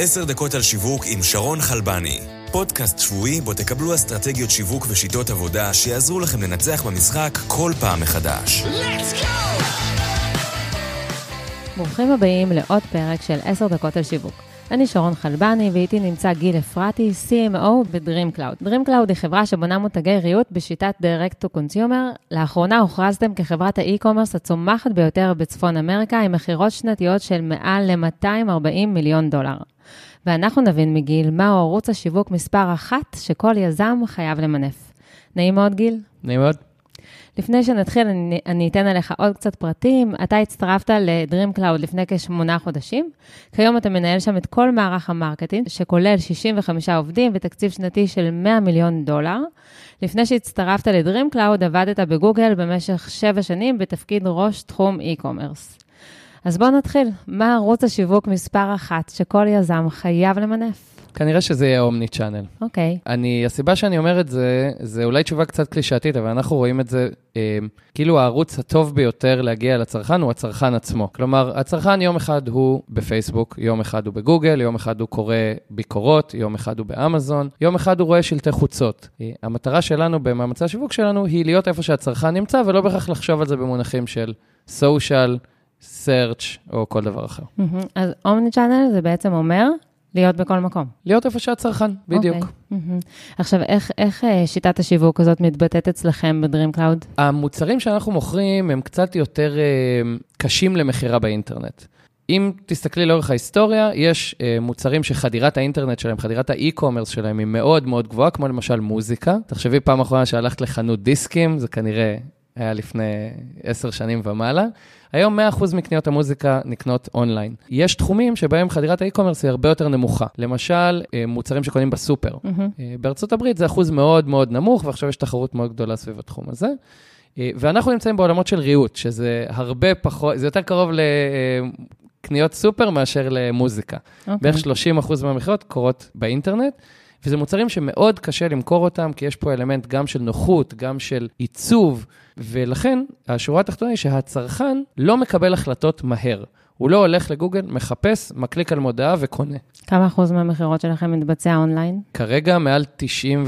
10 דקות על שיווק עם שרון חלבני. פודקאסט שבועי בו תקבלו אסטרטגיות שיווק ושיטות עבודה שיעזרו לכם לנצח במשחק כל פעם מחדש. ברוכים הבאים לעוד פרק של 10 דקות על שיווק. אני שרון חלבני ואיתי נמצא גיל אפרתי, CMO ב-DreamCloud. DreamCloud היא חברה שבונה מותגי ריהוט בשיטת Direct to Consumer. לאחרונה הוכרזתם כחברת האי-קומרס הצומחת ביותר בצפון אמריקה, עם מחירות שנתיות של מעל ל$240 מיליון. ואנחנו נבין מגיל מהו ערוץ השיווק מספר 1 שכל יזם חייב למנף. נעים מאוד גיל? נעים מאוד. לפני שנתחיל, אני אתן עליך עוד קצת פרטים. אתה הצטרפת ל-DreamCloud לפני כ8 חודשים. כיום אתה מנהל שם את כל מערך המרקטינג, שכולל 65 עובדים ותקציב שנתי של $100 מיליון. לפני שהצטרפת ל-DreamCloud, עבדת בגוגל במשך 7 שנים בתפקיד ראש תחום e-commerce. אז בואו נתחיל. מה ערוץ השיווק מספר 1 שכל יזם חייב למנף? כנראה שזה יהיה אומני צ'אנל. אוקיי. הסיבה שאני אומר את זה, זה אולי תשובה קצת קלישאתית, אבל אנחנו רואים את זה, כאילו הערוץ הטוב ביותר להגיע לצרכן הוא הצרכן עצמו. כלומר, הצרכן יום אחד הוא בפייסבוק, יום אחד הוא בגוגל, יום אחד הוא קורא ביקורות, יום אחד הוא באמזון, יום אחד הוא רואה שלטי חוצות. המטרה שלנו במאמצי השיווק שלנו היא להיות איפה שהצרכן נמצא, ולא בהכרח לחשוב על זה במונחים של social, search או כל דבר אחר. אז אומני צ'אנל זה בעצם אומר להיות בכל מקום. להיות איפה שהצרכן, בדיוק. עכשיו, איך שיטת השיווק הזאת מתבטאת אצלכם ב-DreamCloud? המוצרים שאנחנו מוכרים הם קצת יותר קשים למחירה באינטרנט. אם תסתכלי לאורך ההיסטוריה, יש מוצרים שחדירת האינטרנט שלהם, חדירת האי-קומרס שלהם היא מאוד מאוד גבוהה, כמו למשל מוזיקה. תחשבי פעם אחרונה שהלכת לחנות דיסקים, זה כנראה היה לפני 10 שנים ומעלה. היום 100% מקניות המוזיקה נקנות אונליין. יש תחומים שבהם חדירת האי-קומרס היא הרבה יותר נמוכה. למשל, מוצרים שקונים בסופר. בארצות הברית זה אחוז מאוד מאוד נמוך, ועכשיו יש תחרות מאוד גדולה סביב התחום הזה. ואנחנו נמצאים בעולמות של ריהוט, שזה הרבה פחות, זה יותר קרוב לקניות סופר מאשר למוזיקה. בערך 30% מהמחירות קורות באינטרנט, וזה מוצרים שמאוד קשה למכור אותם, כי יש פה אלמנט גם של נוחות, גם של עיצוב, ולכן השורה התחתונה היא שהצרכן לא מקבל החלטות מהר. הוא לא הולך לגוגל, מחפש, מקליק על מודעה וקונה. כמה אחוז מהמחירות שלכם מתבצע אונליין? כרגע מעל 95%.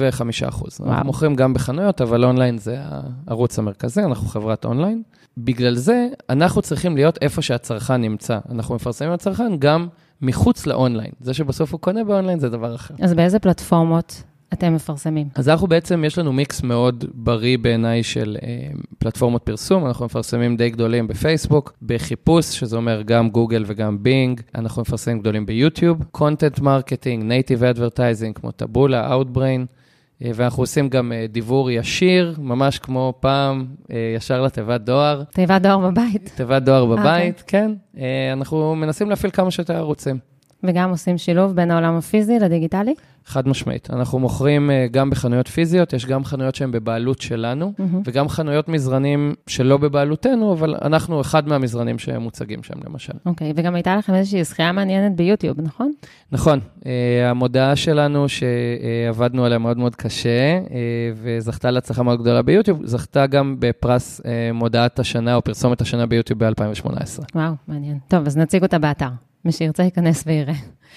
אנחנו מוכרים גם בחנויות, אבל אונליין זה הערוץ המרכזי, אנחנו חברת אונליין. בגלל זה אנחנו צריכים להיות איפה שהצרכן נמצא. אנחנו מפרסמים לצרכן גם מחוץ לאונליין. זה שבסוף הוא קונה באונליין זה דבר אחר. אז באיזה פלטפורמות אתם מפרסמים? אז אנחנו בעצם, יש לנו מיקס מאוד בריא בעיניי של פלטפורמות פרסום. אנחנו מפרסמים די גדולים בפייסבוק, בחיפוש, שזה אומר גם גוגל וגם בינג. אנחנו מפרסמים גדולים ביוטיוב, קונטנט מרקטינג, נייטיב אדברטייזינג, כמו טבולה, אאוטבריין, ואנחנו עושים גם דיבור ישיר, ממש כמו פעם, ישר לתיבת דואר. תיבת דואר בבית. תיבת דואר בבית, כן. אנחנו מנסים להפעיל כמה שיותר ערוצים. וגם עושים שילוב בין העולם הפיזי לדיגיטלי? חד משמעית. אנחנו מוכרים גם בחנויות פיזיות, יש גם חנויות שהן בבעלות שלנו, וגם חנויות מזרנים שלא בבעלותנו, אבל אנחנו אחד מהמזרנים שמוצגים שם למשל. אוקיי, וגם הייתה לכם איזושהי זכייה מעניינת ביוטיוב, נכון? נכון. המודעה שלנו שעבדנו עליה מאוד מאוד קשה, וזכתה להצלחה מאוד גדולה ביוטיוב, זכתה גם בפרס מודעת השנה או פרסומת השנה ביוטיוב ב-2018. וואו, מעניין. טוב, אז נציג אותה באתר. מי שירצה ייכנס ויראה.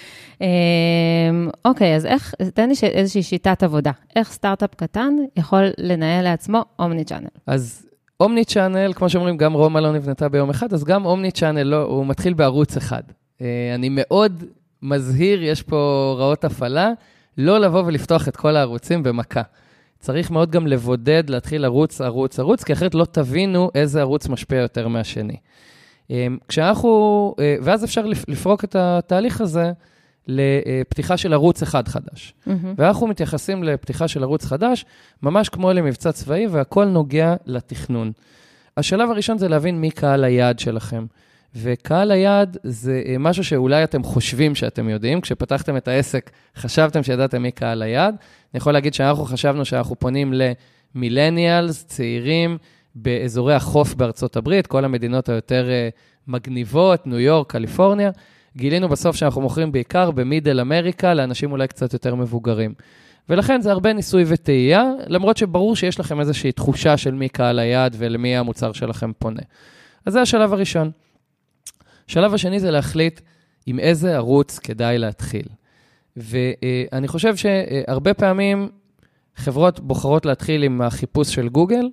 אוקיי, אז תן לי איזושהי שיטת עבודה. איך סטארט-אפ קטן יכול לנהל לעצמו אומני צ'אנל? אז אומני צ'אנל, כמו שאומרים, גם רומא לא נבנתה ביום אחד, אז גם אומני צ'אנל הוא מתחיל בערוץ אחד. אני מאוד מזהיר, יש פה רעות הפעלה, לא לבוא ולפתוח את כל הערוצים במכה. צריך מאוד גם לבודד, להתחיל ערוץ, כי אחרת לא תבינו איזה ערוץ משפיע יותר מהשני. ואז אפשר לפרוק את התהליך הזה לפתיחה של ערוץ אחד חדש. ואנחנו מתייחסים לפתיחה של ערוץ חדש, ממש כמו למבצע צבאי, והכל נוגע לתכנון. השלב הראשון זה להבין מי קהל היעד שלכם. וקהל היעד זה משהו שאולי אתם חושבים שאתם יודעים, כשפתחתם את העסק, חשבתם שידעתם מי קהל היעד. אני יכול להגיד שאנחנו חשבנו שאנחנו פונים למילניאלס, צעירים, באזורי החוף בארצות הברית, כל המדינות היותר מגניבות, ניו יורק, קליפורניה. גילינו בסוף שאנחנו מוכרים בעיקר במידל אמריקה, לאנשים אולי קצת יותר מבוגרים. ולכן זה הרבה ניסוי וטעייה, למרות שברור שיש לכם איזושהי תחושה של מי קהל היעד ולמי המוצר שלכם פונה. אז זה השלב הראשון. השלב השני זה להחליט עם איזה ערוץ כדאי להתחיל. ואני חושב שהרבה פעמים חברות בוחרות להתחיל עם החיפוש של גוגל,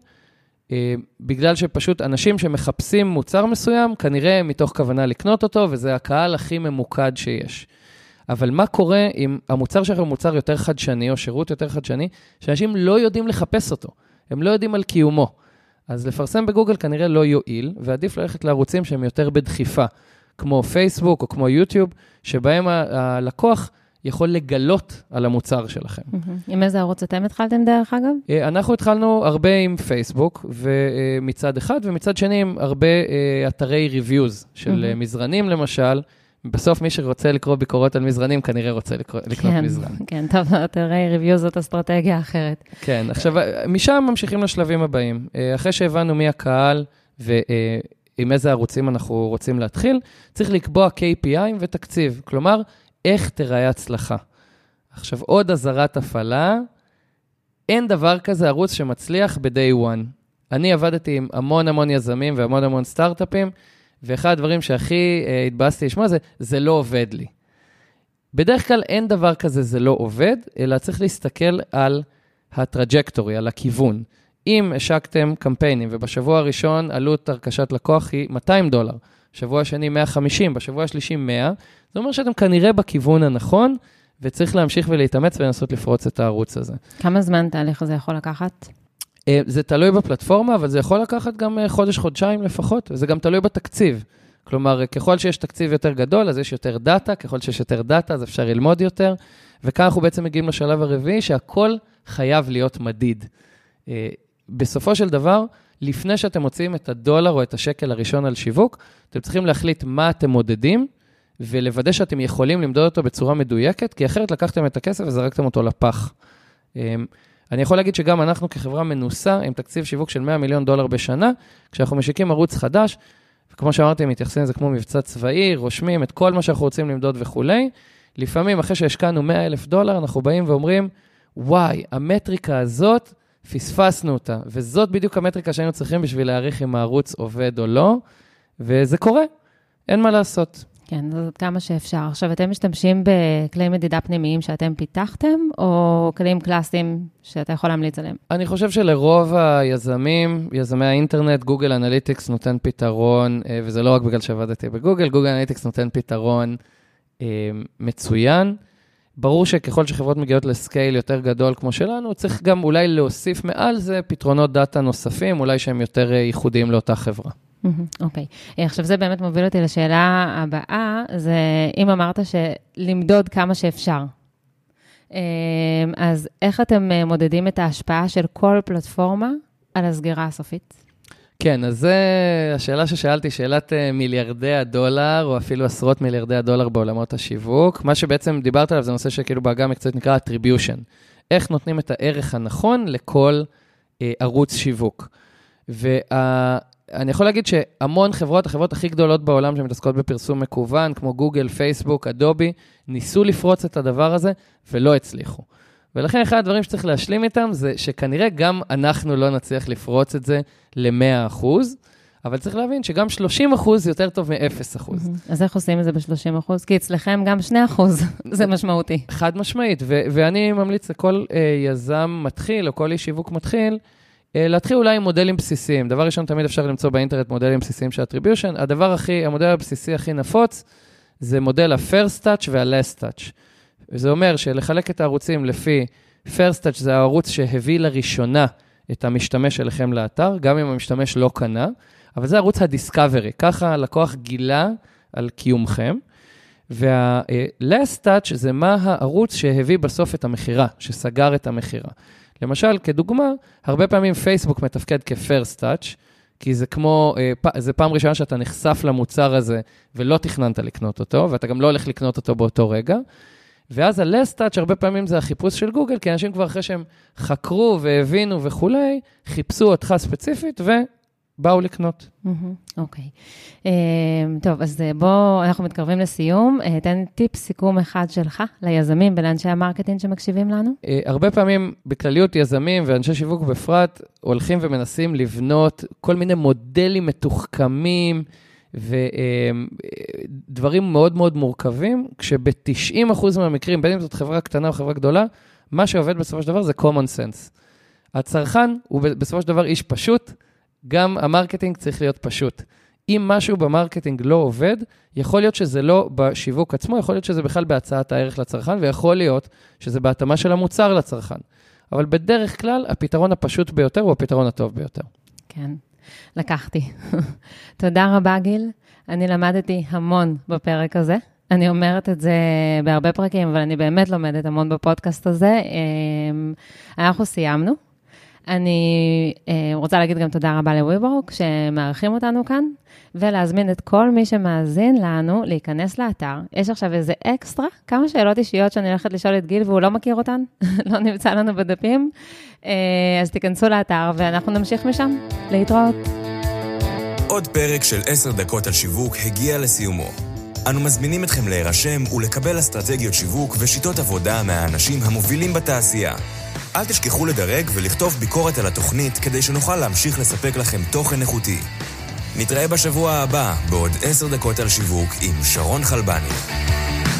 בגלל שפשוט אנשים שמחפשים מוצר מסוים, כנראה מתוך כוונה לקנות אותו, וזה הקהל הכי ממוקד שיש. אבל מה קורה אם המוצר שלכם הוא מוצר יותר חדשני, או שירות יותר חדשני, שאנשים לא יודעים לחפש אותו, הם לא יודעים על קיומו. אז לפרסם בגוגל כנראה לא יועיל, ועדיף ללכת לערוצים שהם יותר בדחיפה, כמו פייסבוק או כמו יוטיוב, שבהם הלקוח יכול לגלות על המוצר שלכם. עם איזה ערוץ אתם התחלתם דרך אגב? אנחנו התחלנו הרבה עם פייסבוק, ומצד אחד, ומצד שני עם הרבה אתרי ריוויוז של מזרנים למשל. בסוף מי שרוצה לקרוא ביקורות על מזרנים, כנראה רוצה לקנות מזרן. כן, טוב, אתרי ריוויוז זאת אסטרטגיה אחרת. כן, עכשיו, משם ממשיכים לשלבים הבאים. אחרי שהבנו מי הקהל ועם איזה ערוצים אנחנו רוצים להתחיל, צריך לקבוע KPI ותקציב. כלומר, איך תראה הצלחה. עכשיו, עוד עזרת הפעלה, אין דבר כזה ערוץ שמצליח ב-day one. אני עבדתי עם המון יזמים והמון סטארט-אפים, ואחד הדברים שהכי התבאסתי לשמוע זה לא עובד לי. בדרך כלל אין דבר כזה זה לא עובד, אלא צריך להסתכל על הטראג'קטורי, על הכיוון. אם השקתם קמפיינים, ובשבוע הראשון עלות הרכשת לקוח היא $200, בשבוע השני 150, בשבוע השלישי 100, זה אומר שאתם כנראה בכיוון הנכון, וצריך להמשיך ולהתאמץ ולנסות לפרוץ את הערוץ הזה. כמה זמן תהליך הזה יכול לקחת? זה תלוי בפלטפורמה, אבל זה יכול לקחת גם חודש-חודשיים לפחות, וזה גם תלוי בתקציב. כלומר, ככל שיש תקציב יותר גדול, אז יש יותר דאטה, ככל שיש יותר דאטה, אז אפשר ללמוד יותר, וכאן אנחנו בעצם מגיעים לשלב הרביעי, שהכל חייב להיות מדיד. בסופו של דבר, לפני שאתם מוצאים את $1 או את השקל הראשון על שיווק, אתם צריכים להחליט מה אתם מודדים, ולוודא שאתם יכולים למדוד אותו בצורה מדויקת, כי אחרת לקחתם את הכסף וזרקתם אותו לפח. אני יכול להגיד שגם אנחנו כחברה מנוסה, עם תקציב שיווק של $100 מיליון בשנה, כשאנחנו משיקים ערוץ חדש, וכמו שאמרתי, מתייחסים לזה כמו מבצע צבאי, רושמים את כל מה שאנחנו רוצים למדוד וכו'. לפעמים, אחרי שהשקענו $100,000, אנחנו באים ואומרים, וואי, המטריקה הזאת, פספסנו אותה, וזאת בדיוק המטריקה שהיינו צריכים בשביל להעריך אם הערוץ עובד או לא, וזה קורה, אין מה לעשות. כן, זאת כמה שאפשר. עכשיו, אתם משתמשים בכלי מדידה פנימיים שאתם פיתחתם, או כלים קלאסיים שאתה יכול להמליץ עליהם? אני חושב שלרוב היזמים, יזמי האינטרנט, גוגל אנליטיקס נותן פתרון, וזה לא רק בגלל שעבדתי בגוגל, גוגל אנליטיקס נותן פתרון מצוין. ברור שככל שחברות מגיעות לסקייל יותר גדול כמו שלנו, צריך גם אולי להוסיף מעל זה פתרונות דאטה נוספים, אולי שהם יותר ייחודיים לאותה חברה. אוקיי. עכשיו זה באמת מוביל אותי לשאלה הבאה, זה אם אמרת שלמדוד כמה שאפשר. אז איך אתם מודדים את ההשפעה של כל פלטפורמה על הסגירה הסופית? כן, אז זה השאלה ששאלתי, שאלת $מיליארדי, או אפילו עשרות $מיליארדי בעולמות השיווק. מה שבעצם דיברת עליו זה נושא שכאילו בעגה המקצועית נקרא attribution. איך נותנים את הערך הנכון לכל ערוץ שיווק. אני יכול להגיד שהמון חברות, החברות הכי גדולות בעולם שמתעסקות בפרסום מקוון, כמו גוגל, פייסבוק, אדובי, ניסו לפרוץ את הדבר הזה ולא הצליחו. ולכן אחד הדברים שצריך להשלים איתם זה שכנראה גם אנחנו לא נצליח לפרוץ את זה ל-100%, אבל צריך להבין שגם 30% יותר טוב מ-0%. אז איך עושים את זה ב-30%? כי אצלכם גם 2% זה משמעותי. חד משמעית, ואני ממליץ לכל יזם מתחיל, או כל איש שיווק מתחיל, להתחיל אולי עם מודלים בסיסיים. דבר ראשון, תמיד אפשר למצוא באינטרנט מודלים בסיסיים של attribution. המודל הבסיסי הכי נפוץ, זה מודל ה-first touch וה-last touch. וזה אומר שלחלק את הערוצים לפי first touch, זה הערוץ שהביא לראשונה את המשתמש שלכם לאתר, גם אם המשתמש לא קנה, אבל זה ערוץ ה-discovery. ככה הלקוח גילה על קיומכם. וה-last touch זה מה הערוץ שהביא בסוף את המחירה, שסגר את המחירה. למשל, כדוגמה, הרבה פעמים פייסבוק מתפקד כ-first touch, כי זה כמו, זה פעם ראשונה שאתה נחשף למוצר הזה, ולא תכננת לקנות אותו, ואתה גם לא הולך לקנות אותו באותו רגע, ואז ה-last touch הרבה פעמים זה החיפוש של גוגל, כי אנשים כבר אחרי שהם חקרו והבינו וכולי, חיפשו אותך ספציפית ובאו לקנות. אוקיי. טוב, אז בואו, אנחנו מתקרבים לסיום. תן טיפ סיכום אחד שלך ליזמים ולאנשי המרקטינג שמקשיבים לנו. הרבה פעמים בכלליות יזמים ואנשי שיווק בפרט הולכים ומנסים לבנות כל מיני מודלים מתוחכמים ודברים מאוד מאוד מורכבים, כשב-90% מהמקרים, בין אם זאת חברה קטנה או חברה גדולה, מה שעובד בסופו של דבר זה common sense. הצרכן הוא בסופו של דבר איש פשוט, גם המרקטינג צריך להיות פשוט. אם משהו במרקטינג לא עובד, יכול להיות שזה לא בשיווק עצמו, יכול להיות שזה בכלל בהצעת הערך לצרכן, ויכול להיות שזה בהתאמה של המוצר לצרכן. אבל בדרך כלל, הפתרון הפשוט ביותר הוא הפתרון הטוב ביותר. כן, לקחתי. תודה רבה, גיל. אני למדתי המון בפרק הזה. אני אומרת את זה בהרבה פרקים, אבל אני באמת לומדת המון בפודקאסט הזה. אנחנו סיימנו. אני רוצה להגיד גם תודה רבה לוויבורק, שמארחים אותנו כאן, ולהזמין את כל מי שמאזין לנו להיכנס לאתר. יש עכשיו איזה אקסטרה, כמה שאלות אישיות שאני הולכת לשאול את גיל, והוא לא מכיר אותן, לא נמצא לנו בדפים, אז תיכנסו לאתר, ואנחנו נמשיך משם. להתראות. עוד פרק של 10 דקות על שיווק הגיע לסיומו. אנו מזמינים אתכם להירשם ולקבל אסטרטגיות שיווק ושיטות עבודה מהאנשים המובילים בתעשייה. אל תשכחו לדרג ולכתוב ביקורת על התוכנית כדי שנוכל להמשיך לספק לכם תוכן איכותי. נתראה בשבוע הבא בעוד 10 דקות על שיווק עם שרון חלבני.